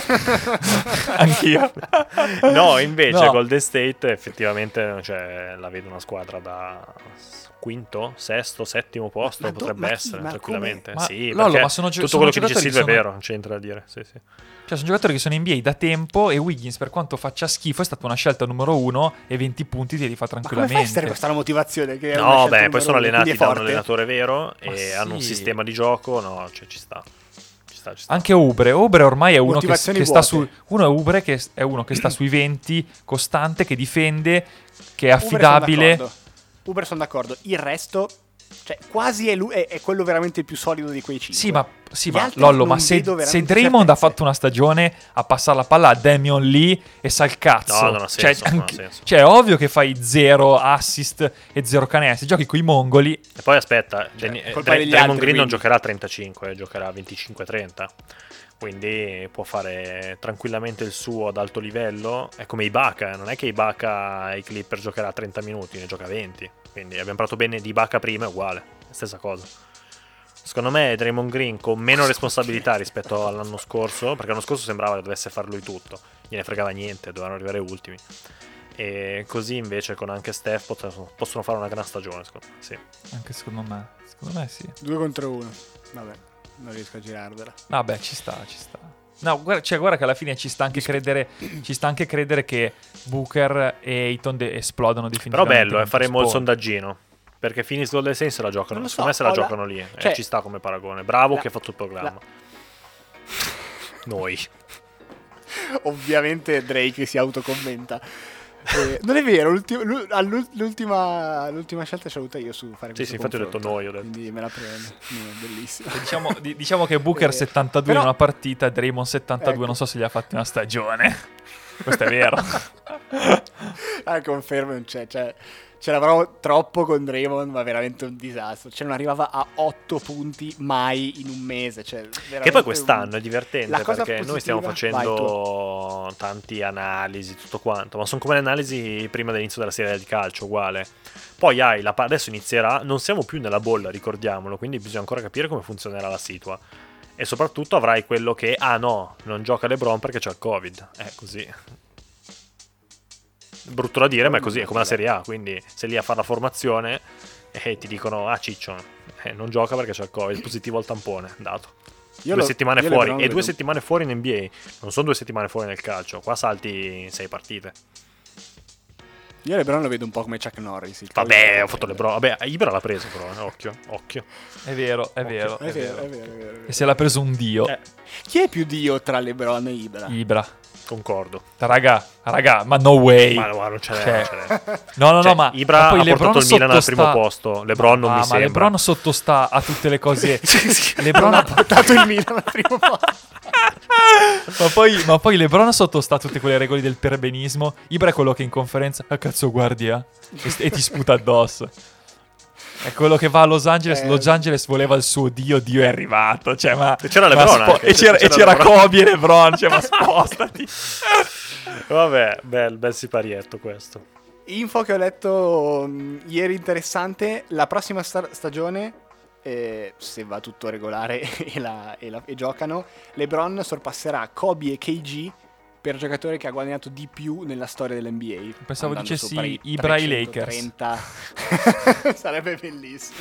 Anch'io. No, invece No. Golden State effettivamente, cioè, la vedo una squadra da quinto, sesto, settimo posto. Potrebbe essere tranquillamente. Ma sì, Lollo, perché ma sono tutto quello che dice giocatori Silvia è sono- vero, non c'è niente da dire. Sì. Cioè, sono giocatori che sono in NBA da tempo e Wiggins, per quanto faccia schifo, è stata una scelta numero 1 e 20 punti te li fa Ma come tranquillamente. fai a stare questa motivazione? Che è una No, scelta beh, poi sono numero uno, allenati quindi è da un forte. allenatore vero Ma e hanno un sì. sistema di gioco. No, cioè ci sta. Anche Oubre ormai è uno che Motivazioni sta vuote. Oubre che è uno che sta sui 20, costante, che difende, che è Uber sono affidabile. d'accordo. Uber sono d'accordo. Il resto, cioè, quasi è quello veramente il più solido di quei 5. Sì, Gli ma altri Lollo, non ma se vedo veramente Draymond ha certezze. fatto una stagione a passare la palla a Damian Lee e sa il cazzo. No, non ha senso, non ha senso. Cioè, è ovvio che fai 0 assist e 0 canestri. Giochi con i mongoli. E poi aspetta, colpa degli Draymond altri, Green non quindi. giocherà a 35, giocherà a 25-30. Quindi può fare tranquillamente il suo ad alto livello. È come Ibaka, non è che Ibaka ai Clipper giocherà a 30 minuti, ne gioca a 20. Quindi abbiamo parlato bene di Ibaka prima, è uguale, stessa cosa. Secondo me Draymond Green con meno responsabilità rispetto all'anno scorso, perché l'anno scorso sembrava che dovesse far lui tutto, gliene fregava niente, dovevano arrivare ultimi. E così invece con anche Steph possono fare una gran stagione, secondo me. Sì. Anche secondo me sì. 2 contro 1. Vabbè, non riesco a girarvela. Vabbè, ci sta. No, guarda che alla fine ci sta anche credere che Booker e Ayton esplodano Però definitivamente. bello, contro faremo il Spurs. sondaggino. Perché Phoenix Golden State se la giocano. Non lo so, Secondo me se la ho la- giocano lì. cioè- Ci sta come paragone. Bravo la- che ha fatto il programma. Noi. Ovviamente Drake si autocommenta. Non è vero, l'ultima scelta ce l'ho avuta io su fare Sì, questo sì, infatti ho detto confronto, noi, ho detto. quindi me la prendo. No, bellissimo. Diciamo che Booker 72 però- in una partita, Draymond 72, Ecco. non so se gli ha fatti una stagione. Questo è vero. Confermo, non c'è, cioè, ce l'avrò troppo con Draymond, ma veramente un disastro. Cioè, non arrivava a 8 punti mai in un mese. Cioè, Che veramente poi quest'anno è divertente La cosa perché noi stiamo positiva- facendo tanti analisi, tutto quanto, ma sono come le analisi prima dell'inizio della serie di calcio, uguale. Poi adesso inizierà, non siamo più nella bolla, ricordiamolo, quindi bisogna ancora capire come funzionerà la situa. E soprattutto avrai quello che, no, non gioca LeBron perché c'è il Covid. È così. Brutto da dire, ma è così, è come la Serie A, quindi sei lì a fare la formazione e ti dicono, Ciccio, non gioca perché c'è il Covid, positivo al tampone, dato. Io 2 settimane io fuori, LeBron e 2 vedo- settimane fuori in NBA, non sono 2 settimane fuori nel calcio, qua salti 6 partite. Io LeBron lo vedo un po' come Chuck Norris. il Vabbè, Covid. ho fatto LeBron, vabbè, Ibra l'ha preso però, occhio. È vero. È vero, è vero. E se l'ha preso un dio. Chi è più dio tra LeBron e Ibra? Ibra. Concordo. Raga, ma no way. Ma non ce n'è, Cioè, non ce n'è. No, Cioè, ma Ibra ma poi ha LeBron portato il Milan al sottostà- primo posto, LeBron non mi ma sembra. LeBron sottostà a tutte le cose. LeBron ha portato il Milan al primo posto. ma poi LeBron sottostà a tutte quelle regole del perbenismo. Ibra è quello che in conferenza, cazzo guardi, e ti sputa addosso. È quello che va a Los Angeles. Los Angeles voleva il suo dio è arrivato. Cioè, ma E c'era LeBron anche, e c'era LeBron. Kobe e LeBron. Cioè, ma spostati. Vabbè, bel siparietto questo. Info che ho letto ieri interessante, la prossima stagione, se va tutto regolare e giocano, LeBron sorpasserà Kobe e KG per giocatore che ha guadagnato di più nella storia dell'NBA. Pensavo andando dicessi sopra i Ibra ai Lakers. 330. Sarebbe bellissimo.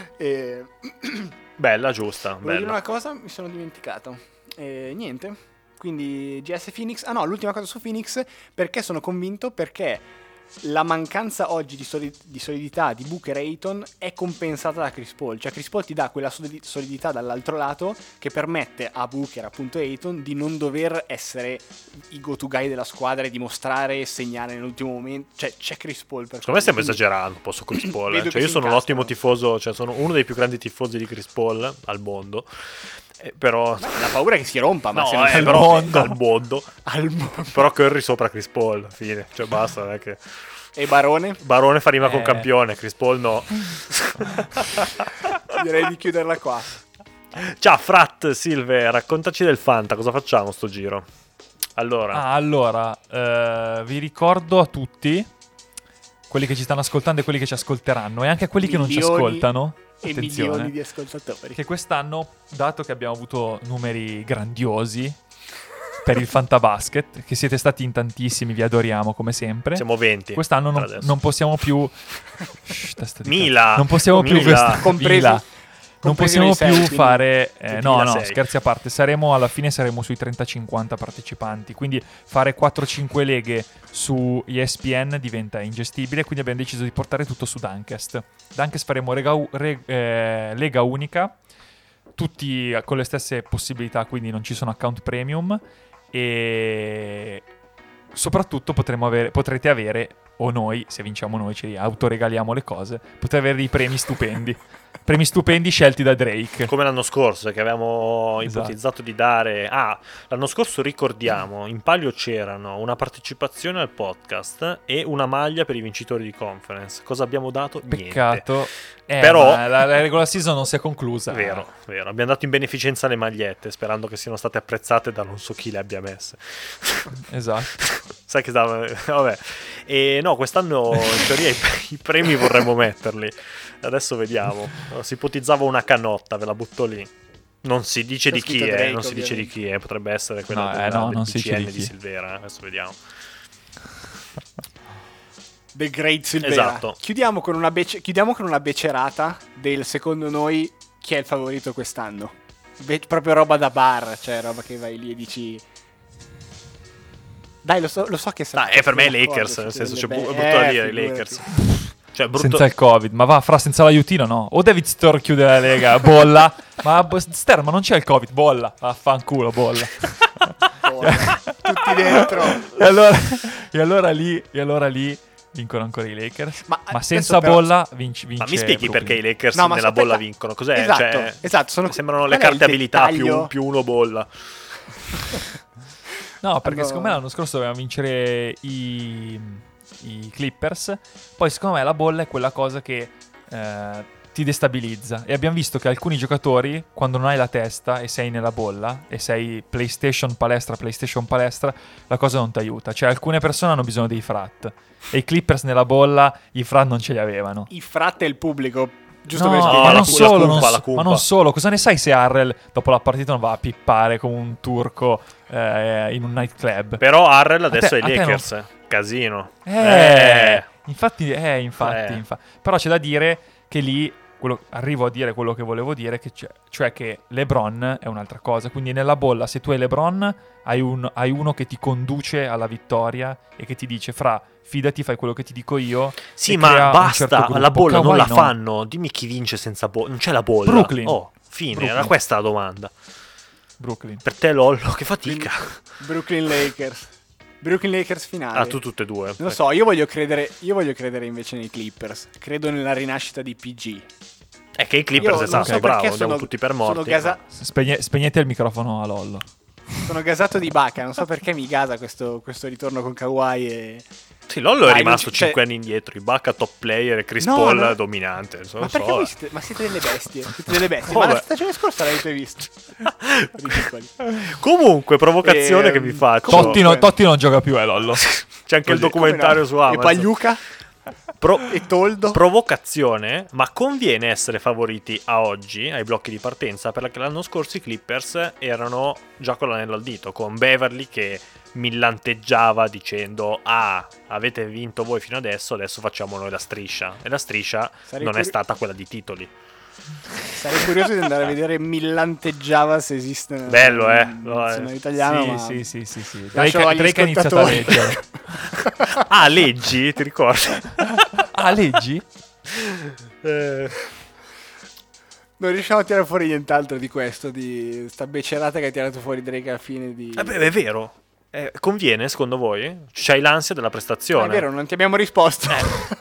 Bella, giusta, Volevo dire bella. una cosa, mi sono dimenticato. Niente. quindi GS Phoenix. Ah no, l'ultima cosa su Phoenix, perché sono convinto, perché la mancanza oggi di solidità di Booker e Ayton è compensata da Chris Paul. Cioè Chris Paul ti dà quella solidità dall'altro lato che permette a Booker, appunto, e Ayton di non dover essere i go-to guy della squadra e dimostrare e segnare nell'ultimo momento. Cioè c'è Chris Paul per Secondo me stiamo quindi esagerando un po' su Chris Paul. vedo Cioè, che io si sono un ottimo incastrano. tifoso, cioè sono uno dei più grandi tifosi di Chris Paul al mondo. Però la paura è che si rompa, ma no, se non si però rompe- al mondo. al mondo. Però Curry sopra Chris Paul, fine. Cioè basta, non è che E Barone? Barone fa rima con campione, Chris Paul no. Direi di chiuderla qua. Ciao Frat Silve, raccontaci del Fanta, cosa facciamo sto giro? Allora, Vi ricordo a tutti, quelli che ci stanno ascoltando e quelli che ci ascolteranno, e anche a quelli che non ci Milioni ascoltano, E attenzione, milioni di ascoltatori. che quest'anno, dato che abbiamo avuto numeri grandiosi per il Fantabasket, che siete stati in tantissimi, vi adoriamo come sempre, siamo 20. quest'anno per adesso. non possiamo più testa di Mila. cazzo. Non possiamo più Mila. Mila. Non compresi possiamo nei sei, più quindi fare no, 2006. scherzi a parte, alla fine saremo sui 30-50 partecipanti, quindi fare 4-5 leghe su ESPN diventa ingestibile, quindi abbiamo deciso di portare tutto su Dunkest. Dunkest faremo lega unica, tutti con le stesse possibilità, quindi non ci sono account premium, e soprattutto potrete avere, o noi, se vinciamo noi ci autoregaliamo le cose, potrete avere dei premi stupendi. Premi stupendi scelti da Drake. Come l'anno scorso, che avevamo Esatto. ipotizzato di dare. L'anno scorso ricordiamo, in palio c'erano una partecipazione al podcast e una maglia per i vincitori di conference. Cosa abbiamo dato? Niente. Peccato. Però ma la regular season non si è conclusa. Vero. Abbiamo dato in beneficenza le magliette, sperando che siano state apprezzate da non so chi le abbia messe. Esatto. Sai che stava. Vabbè. E no, quest'anno in teoria i premi vorremmo metterli. Adesso vediamo. Si ipotizzava una canotta, ve la butto lì. Non si dice C'è di chi scritto è, Drake, non si dice di chi è, potrebbe essere quella No, del non si dice BCN di di chi. Silvera. Adesso vediamo. The Great Silvera. Esatto. Chiudiamo con una becerata del, secondo noi, chi è il favorito quest'anno. Proprio roba da bar, cioè roba che vai lì e dici... Dai, lo so che Per me i Lakers, nel senso, c'è brutto da dire, i Lakers. Cioè, brutto. Senza il Covid, ma va, senza l'aiutino no. O David Storr chiude la lega, bolla. Ma non c'è il Covid, bolla. Vaffanculo, bolla. Tutti dentro. E allora lì vincono ancora i Lakers. Ma senza adesso però- bolla vince Ma mi spieghi Brooklyn. perché i Lakers No, ma nella aspetta. bolla vincono? Cos'è? Esatto, esatto, Mi sembrano le qual è il carte abilità dettaglio? più uno bolla. No, perché Hanno- secondo me l'anno scorso dovevano vincere i Clippers. Poi secondo me la bolla è quella cosa che ti destabilizza. E abbiamo visto che alcuni giocatori, quando non hai la testa e sei nella bolla e sei PlayStation palestra, la cosa non ti aiuta. Cioè alcune persone hanno bisogno dei frat. E i Clippers nella bolla i frat non ce li avevano. I frat e il pubblico, giusto No, per ma spiegare. non solo, la cumpa. ma non solo. Cosa ne sai se Harrell dopo la partita non va a pippare come un turco in un nightclub? Però Harrell adesso A è te i non- Lakers. Casino. Infatti. Però c'è da dire che lì arrivo a dire quello che volevo dire, cioè che LeBron è un'altra cosa. Quindi nella bolla, se tu hai LeBron, hai uno che ti conduce alla vittoria e che ti dice: fidati, fai quello che ti dico io. Sì, e ma crea un basta, certo gruppo. la bolla non Kawhi la no. fanno. Dimmi chi vince senza bolla. Non c'è la bolla. Brooklyn. Oh, fine, Brooklyn. era questa la domanda. Brooklyn. Per te Lollo, che fatica. Brooklyn Lakers finale. Tu tutte e due. Non lo so, io voglio credere invece nei Clippers. Credo nella rinascita di PG. È che i Clippers Io è stato non so bravo, perché andiamo sono- tutti per sono morti. gasa- Spegnete il microfono a Lollo. Sono gasato di Ibaka, non so perché mi gasa questo ritorno con Kawhi e... Sì, Lollo è Dai, rimasto non c'è- 5 anni indietro. Ibaka top player e Chris No, Paul no. dominante. Non Ma so, perché voi siete delle bestie? Siete delle bestie. Oh, Ma la beh. stagione scorsa l'avete visto. Ridicoli. Comunque, provocazione che vi faccio. comunque- Totti non gioca più, Lollo. C'è anche il Come documentario no? su Amazon. E Pagliuca? E Toldo? Provocazione, ma conviene essere favoriti a oggi, ai blocchi di partenza, perché l'anno scorso i Clippers erano già con l'anello al dito, con Beverly che millanteggiava dicendo: avete vinto voi fino adesso facciamo noi la striscia. E la striscia Sarei non è curi- stata quella di titoli. Sarei curioso di andare a vedere Millanteggiava se esiste Bello, in italiano. Sì, ma sì, sì. lascio agli Drake ha iniziato a ascoltatori. leggere. Ah, leggi? Ti ricordi? Ah, leggi? Non riusciamo a tirare fuori nient'altro di questo, di sta becerata che ha tirato fuori Drake alla fine di... Beh, è vero. Conviene, secondo voi? C'hai l'ansia della prestazione. è vero, non ti abbiamo risposto.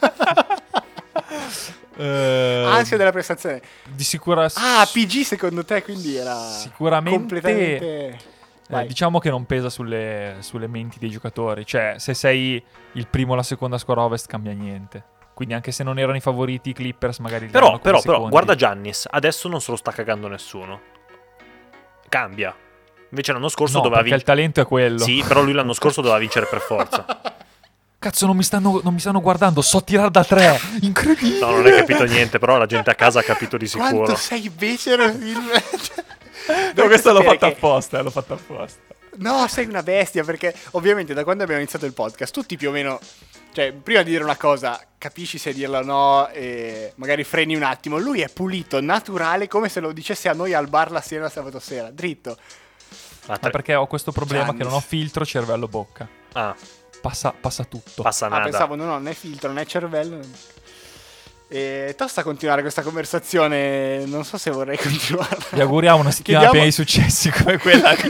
Ansia della prestazione. Di sicura... PG secondo te, quindi era Sicuramente... completamente... Vai. diciamo che non pesa sulle menti dei giocatori. Cioè, se sei il primo o la seconda squadra ovest cambia niente. Quindi anche se non erano i favoriti i Clippers magari li Però, danno come però, secondi. guarda Giannis, adesso non se lo sta cagando nessuno. Cambia. Invece l'anno scorso No, doveva perché il talento è quello. Sì, però lui l'anno scorso doveva vincere per forza. Cazzo, non mi stanno guardando, so tirare da 3. Incredibile. No, non hai capito niente, però la gente a casa ha capito di sicuro. Quanto sei becero, Silver. No, questo l'ho fatto Perché- apposta, l'ho fatto apposta. No, sei una bestia, perché ovviamente da quando abbiamo iniziato il podcast tutti più o meno, cioè prima di dire una cosa capisci se dirla o no e magari freni un attimo. Lui è pulito, naturale, come se lo dicesse a noi al bar la sera, sabato sera, dritto. Ah, Ma perché ho questo problema Giannis. che non ho filtro cervello-bocca. Passa tutto. passa nada. Pensavo no, non è filtro, non è cervello. E tosta continuare questa conversazione, non so se vorrei continuarla. Vi auguriamo una settimana piena di successi come quella lì.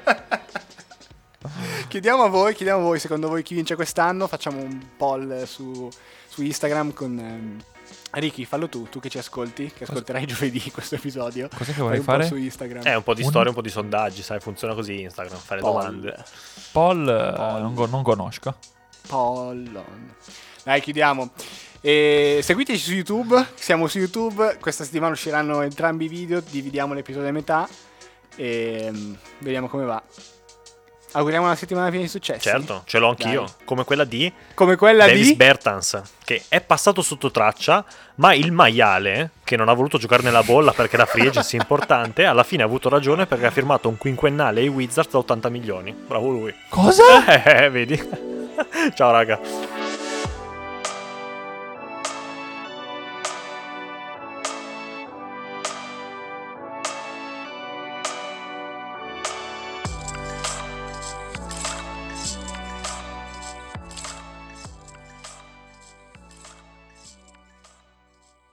Chiediamo a voi, secondo voi chi vince quest'anno? Facciamo un poll su Instagram con... Ricky, fallo tu che ci ascolti, che ascolterai giovedì questo episodio. Cos'è che Fai vorrei un po' fare? su Instagram. Un po' di storia, un po' di sondaggi, sai, funziona così Instagram, fare domande. Paul non conosco. Pollon. Dai, chiudiamo. E seguiteci su YouTube, siamo su YouTube, questa settimana usciranno entrambi i video, dividiamo l'episodio a metà e vediamo come va. Auguriamo una settimana piena di successi. Certo, ce l'ho anch'io, Dai. come quella di Come quella Davis di... Bertans, che è passato sotto traccia, ma il maiale, che non ha voluto giocare nella bolla perché la free agency è importante, alla fine ha avuto ragione perché ha firmato un quinquennale ai Wizards da 80 milioni. Bravo lui. Cosa? Vedi? Ciao raga.